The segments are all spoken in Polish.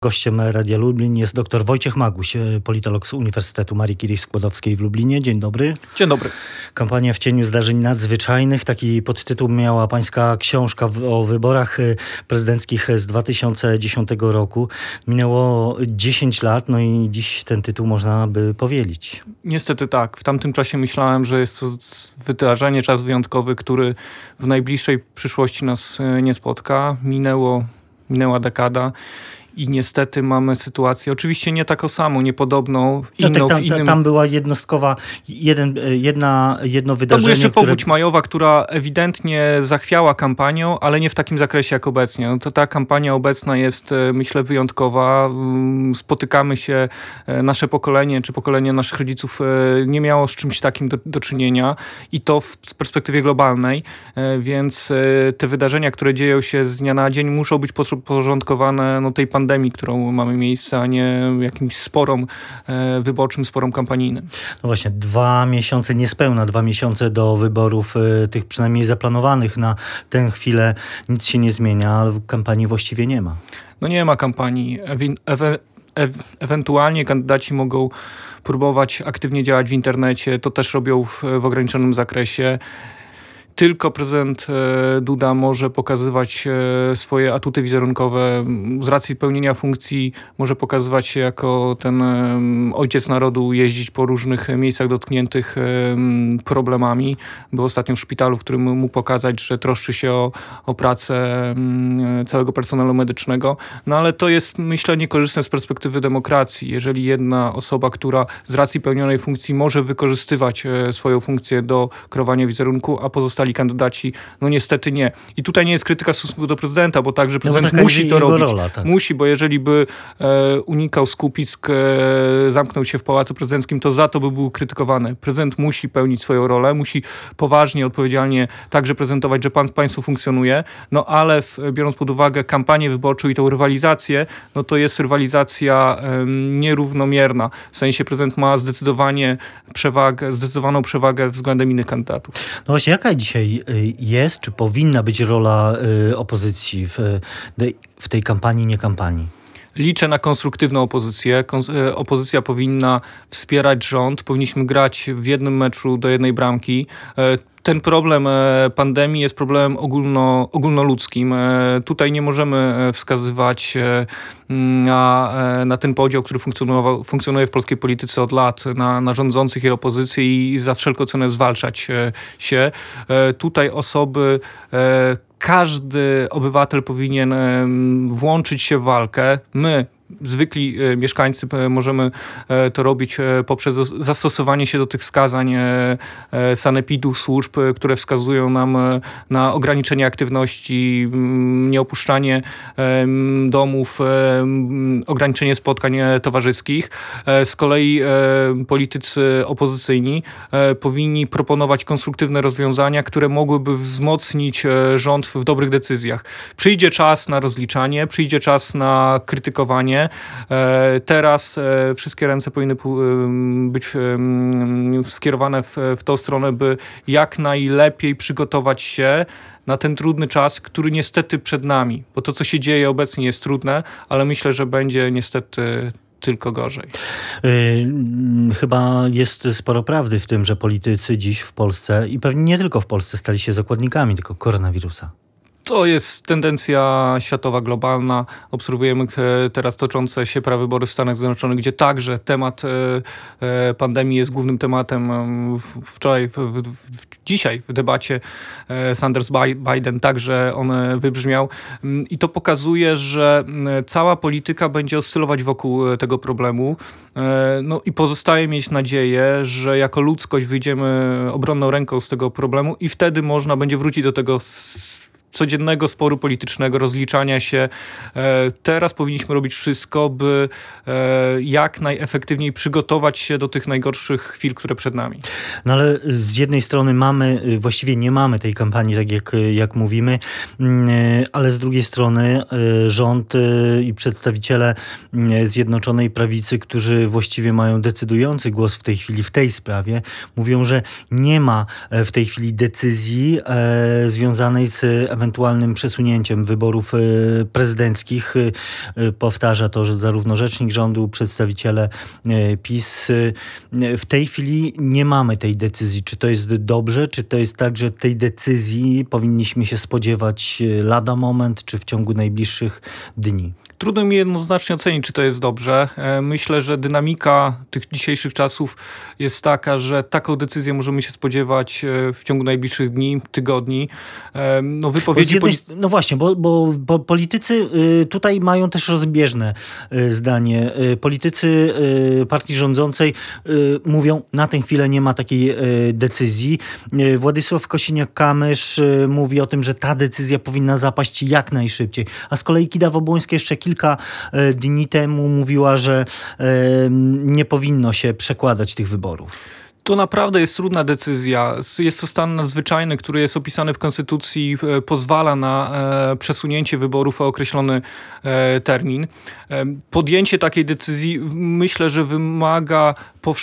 Gościem Radia Lublin jest dr Wojciech Maguś, politolog z Uniwersytetu Marii Curie-Skłodowskiej w Lublinie. Dzień dobry. Dzień dobry. Kampania w cieniu zdarzeń nadzwyczajnych. Taki podtytuł miała pańska książka o wyborach prezydenckich z 2010 roku. Minęło 10 lat, no i dziś ten tytuł można by powielić. Niestety tak. W tamtym czasie myślałem, że jest to wydarzenie, czas wyjątkowy, który w najbliższej przyszłości nas nie spotka. Minęła dekada. I niestety mamy sytuację, oczywiście nie taką samą, niepodobną, inną w innym... Tam była jednostkowa, jedno wydarzenie, To był jeszcze powódź majowa, która ewidentnie zachwiała kampanią, ale nie w takim zakresie jak obecnie. No to ta kampania obecna jest, myślę, wyjątkowa. Spotykamy się, nasze pokolenie, czy pokolenie naszych rodziców nie miało z czymś takim do czynienia i to z perspektywie globalnej, więc te wydarzenia, które dzieją się z dnia na dzień, muszą być podporządkowane tej pandemii, którą mamy miejsce, a nie jakimś sporom wyborczym, sporom kampanijnym. No właśnie, 2 miesiące, niespełna 2 miesiące do wyborów, tych przynajmniej zaplanowanych na tę chwilę, nic się nie zmienia, ale kampanii właściwie nie ma. No nie ma kampanii. Ewentualnie kandydaci mogą próbować aktywnie działać w internecie, to też robią w ograniczonym zakresie. Tylko prezydent Duda może pokazywać swoje atuty wizerunkowe. Z racji pełnienia funkcji może pokazywać się jako ten ojciec narodu, jeździć po różnych miejscach dotkniętych problemami. Był ostatnio w szpitalu, w którym mógł pokazać, że troszczy się o pracę całego personelu medycznego. No ale to jest, myślę, niekorzystne z perspektywy demokracji. Jeżeli jedna osoba, która z racji pełnionej funkcji może wykorzystywać swoją funkcję do kreowania wizerunku, a pozostali kandydaci, no niestety nie. I tutaj nie jest krytyka w stosunku do prezydenta, bo także prezydent musi to robić. Rola, tak. Musi, bo jeżeli by unikał skupisk, zamknął się w Pałacu Prezydenckim, to za to by był krytykowany. Prezydent musi pełnić swoją rolę, musi poważnie, odpowiedzialnie także prezentować, że państwo funkcjonuje, no ale biorąc pod uwagę kampanię wyborczą i tą rywalizację, no to jest rywalizacja nierównomierna. W sensie prezydent ma zdecydowaną przewagę względem innych kandydatów. No właśnie, jaka dzisiaj jest, czy powinna być rola opozycji w tej kampanii, nie kampanii? Liczę na konstruktywną opozycję. Opozycja powinna wspierać rząd. Powinniśmy grać w jednym meczu do jednej bramki. Ten problem pandemii jest problemem ogólnoludzkim. Tutaj nie możemy wskazywać na ten podział, który funkcjonuje w polskiej polityce od lat, na rządzących i opozycji i za wszelką cenę zwalczać się. Tutaj każdy obywatel powinien włączyć się w walkę. My, zwykli mieszkańcy, możemy to robić poprzez zastosowanie się do tych wskazań sanepidu, służb, które wskazują nam na ograniczenie aktywności, nieopuszczanie domów, ograniczenie spotkań towarzyskich. Z kolei politycy opozycyjni powinni proponować konstruktywne rozwiązania, które mogłyby wzmocnić rząd w dobrych decyzjach. Przyjdzie czas na rozliczanie, przyjdzie czas na krytykowanie. Teraz wszystkie ręce powinny być skierowane w tą stronę, by jak najlepiej przygotować się na ten trudny czas, który niestety przed nami. Bo to, co się dzieje obecnie, jest trudne, ale myślę, że będzie niestety tylko gorzej. Chyba jest sporo prawdy w tym, że politycy dziś w Polsce i pewnie nie tylko w Polsce stali się zakładnikami tylko koronawirusa. To jest tendencja światowa, globalna. Obserwujemy teraz toczące się prawybory w Stanach Zjednoczonych, gdzie także temat pandemii jest głównym tematem. Dzisiaj w debacie Sanders-Biden także on wybrzmiał. I to pokazuje, że cała polityka będzie oscylować wokół tego problemu. No i pozostaje mieć nadzieję, że jako ludzkość wyjdziemy obronną ręką z tego problemu i wtedy można będzie wrócić do tego codziennego sporu politycznego, rozliczania się. Teraz powinniśmy robić wszystko, by jak najefektywniej przygotować się do tych najgorszych chwil, które przed nami. No ale z jednej strony właściwie nie mamy tej kampanii, tak jak mówimy, ale z drugiej strony rząd i przedstawiciele Zjednoczonej Prawicy, którzy właściwie mają decydujący głos w tej chwili w tej sprawie, mówią, że nie ma w tej chwili decyzji związanej z ewentualnym przesunięciem wyborów prezydenckich. Powtarza to że zarówno rzecznik rządu, przedstawiciele PiS. W tej chwili nie mamy tej decyzji. Czy to jest dobrze, czy to jest tak, że tej decyzji powinniśmy się spodziewać lada moment, czy w ciągu najbliższych dni? Trudno mi jednoznacznie ocenić, czy to jest dobrze. Myślę, że dynamika tych dzisiejszych czasów jest taka, że taką decyzję możemy się spodziewać w ciągu najbliższych dni, tygodni. No, wypowiedzi... No właśnie, bo politycy tutaj mają też rozbieżne zdanie. Politycy partii rządzącej mówią, na tę chwilę nie ma takiej decyzji. Władysław Kosiniak-Kamysz mówi o tym, że ta decyzja powinna zapaść jak najszybciej. A z kolei Kidawa-Błońska jeszcze kilka dni temu mówiła, że nie powinno się przekładać tych wyborów. To naprawdę jest trudna decyzja. Jest to stan nadzwyczajny, który jest opisany w Konstytucji, pozwala na przesunięcie wyborów o określony termin. Podjęcie takiej decyzji myślę, że wymaga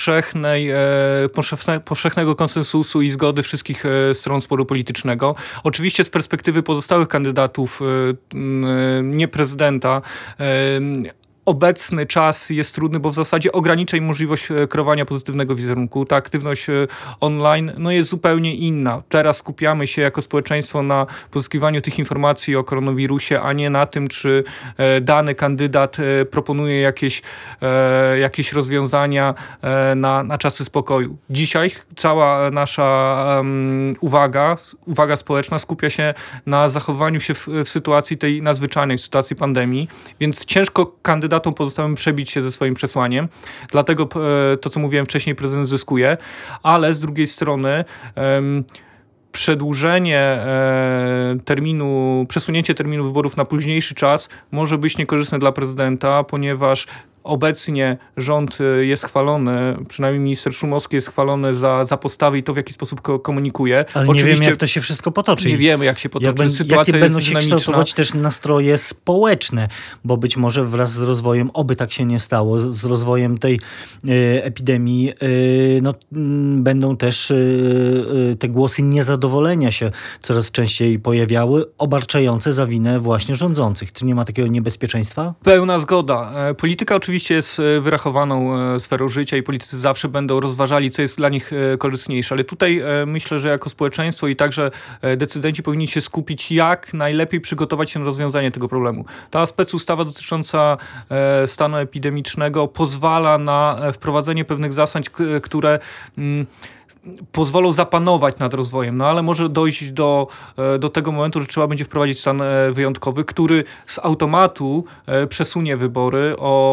powszechnego konsensusu i zgody wszystkich stron sporu politycznego. Oczywiście z perspektywy pozostałych kandydatów, nie prezydenta, obecny czas jest trudny, bo w zasadzie ogranicza im możliwość kreowania pozytywnego wizerunku. Ta aktywność online jest zupełnie inna. Teraz skupiamy się jako społeczeństwo na pozyskiwaniu tych informacji o koronawirusie, a nie na tym, czy dany kandydat proponuje jakieś rozwiązania na czasy spokoju. Dzisiaj cała nasza uwaga społeczna skupia się na zachowaniu się w sytuacji tej nadzwyczajnej, w sytuacji pandemii, więc ciężko kandydatom pozostałym przebić się ze swoim przesłaniem. Dlatego to, co mówiłem wcześniej, prezydent zyskuje, ale z drugiej strony przedłużenie przesunięcie terminu wyborów na późniejszy czas może być niekorzystne dla prezydenta, ponieważ obecnie rząd jest chwalony, przynajmniej minister Szumowski jest chwalony za postawy i to, w jaki sposób komunikuje. Ale oczywiście nie wiemy, jak to się wszystko potoczy. Nie wiemy, jak się potoczy. Sytuacja jakie będą się kształtować też nastroje społeczne, bo być może wraz z rozwojem, oby tak się nie stało, z rozwojem tej epidemii, będą też te głosy niezadowolenia się coraz częściej pojawiały, obarczające za winę właśnie rządzących. Czy nie ma takiego niebezpieczeństwa? Pełna zgoda. Polityka oczywiście jest wyrachowaną sferą życia i politycy zawsze będą rozważali, co jest dla nich korzystniejsze, ale tutaj myślę, że jako społeczeństwo i także decydenci powinni się skupić, jak najlepiej przygotować się na rozwiązanie tego problemu. Ta specustawa dotycząca stanu epidemicznego pozwala na wprowadzenie pewnych zasad, które pozwolą zapanować nad rozwojem, ale może dojść do tego momentu, że trzeba będzie wprowadzić stan wyjątkowy, który z automatu przesunie wybory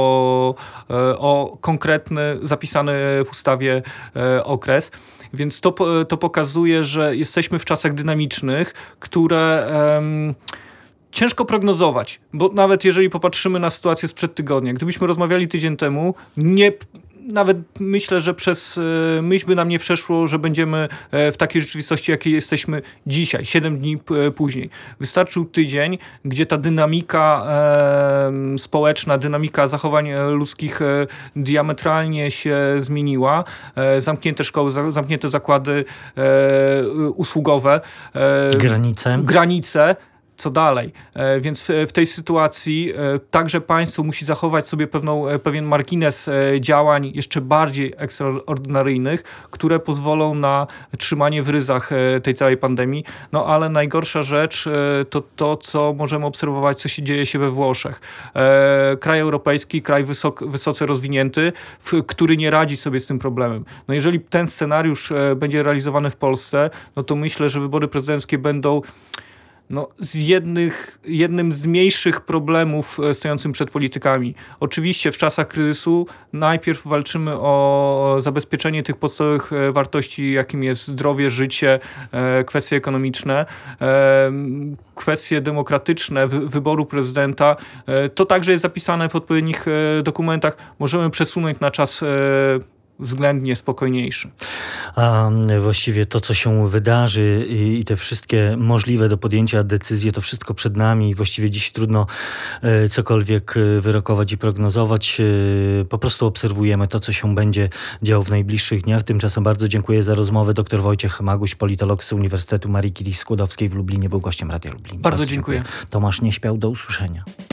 o konkretny, zapisany w ustawie okres. Więc to pokazuje, że jesteśmy w czasach dynamicznych, które ciężko prognozować, bo nawet jeżeli popatrzymy na sytuację sprzed tygodnia, gdybyśmy rozmawiali tydzień temu, nawet myślę, że przez myśl by nam nie przeszło, że będziemy w takiej rzeczywistości, jakiej jesteśmy dzisiaj, 7 dni później. Wystarczył tydzień, gdzie ta dynamika społeczna, dynamika zachowań ludzkich diametralnie się zmieniła. Zamknięte szkoły, zamknięte zakłady usługowe. Granice. Co dalej? Więc w tej sytuacji także państwo musi zachować sobie pewien margines działań jeszcze bardziej ekstraordynaryjnych, które pozwolą na trzymanie w ryzach tej całej pandemii. Ale najgorsza rzecz to, co możemy obserwować, co się dzieje we Włoszech. Kraj europejski, kraj wysoce rozwinięty, który nie radzi sobie z tym problemem. Jeżeli ten scenariusz będzie realizowany w Polsce, to myślę, że wybory prezydenckie będą jednym z mniejszych problemów stojącym przed politykami. Oczywiście w czasach kryzysu najpierw walczymy o zabezpieczenie tych podstawowych wartości, jakim jest zdrowie, życie, kwestie ekonomiczne, kwestie demokratyczne wyboru prezydenta. To także jest zapisane w odpowiednich dokumentach. Możemy przesunąć na czas względnie spokojniejszy. A właściwie to, co się wydarzy i te wszystkie możliwe do podjęcia decyzje, to wszystko przed nami i właściwie dziś trudno cokolwiek wyrokować i prognozować. Po prostu obserwujemy to, co się będzie działo w najbliższych dniach. Tymczasem bardzo dziękuję za rozmowę. Dr Wojciech Maguś, politolog z Uniwersytetu Marii Curie Skłodowskiej w Lublinie, był gościem Radia Lublin. Bardzo dziękuję. Tomasz Nieśpiał, do usłyszenia.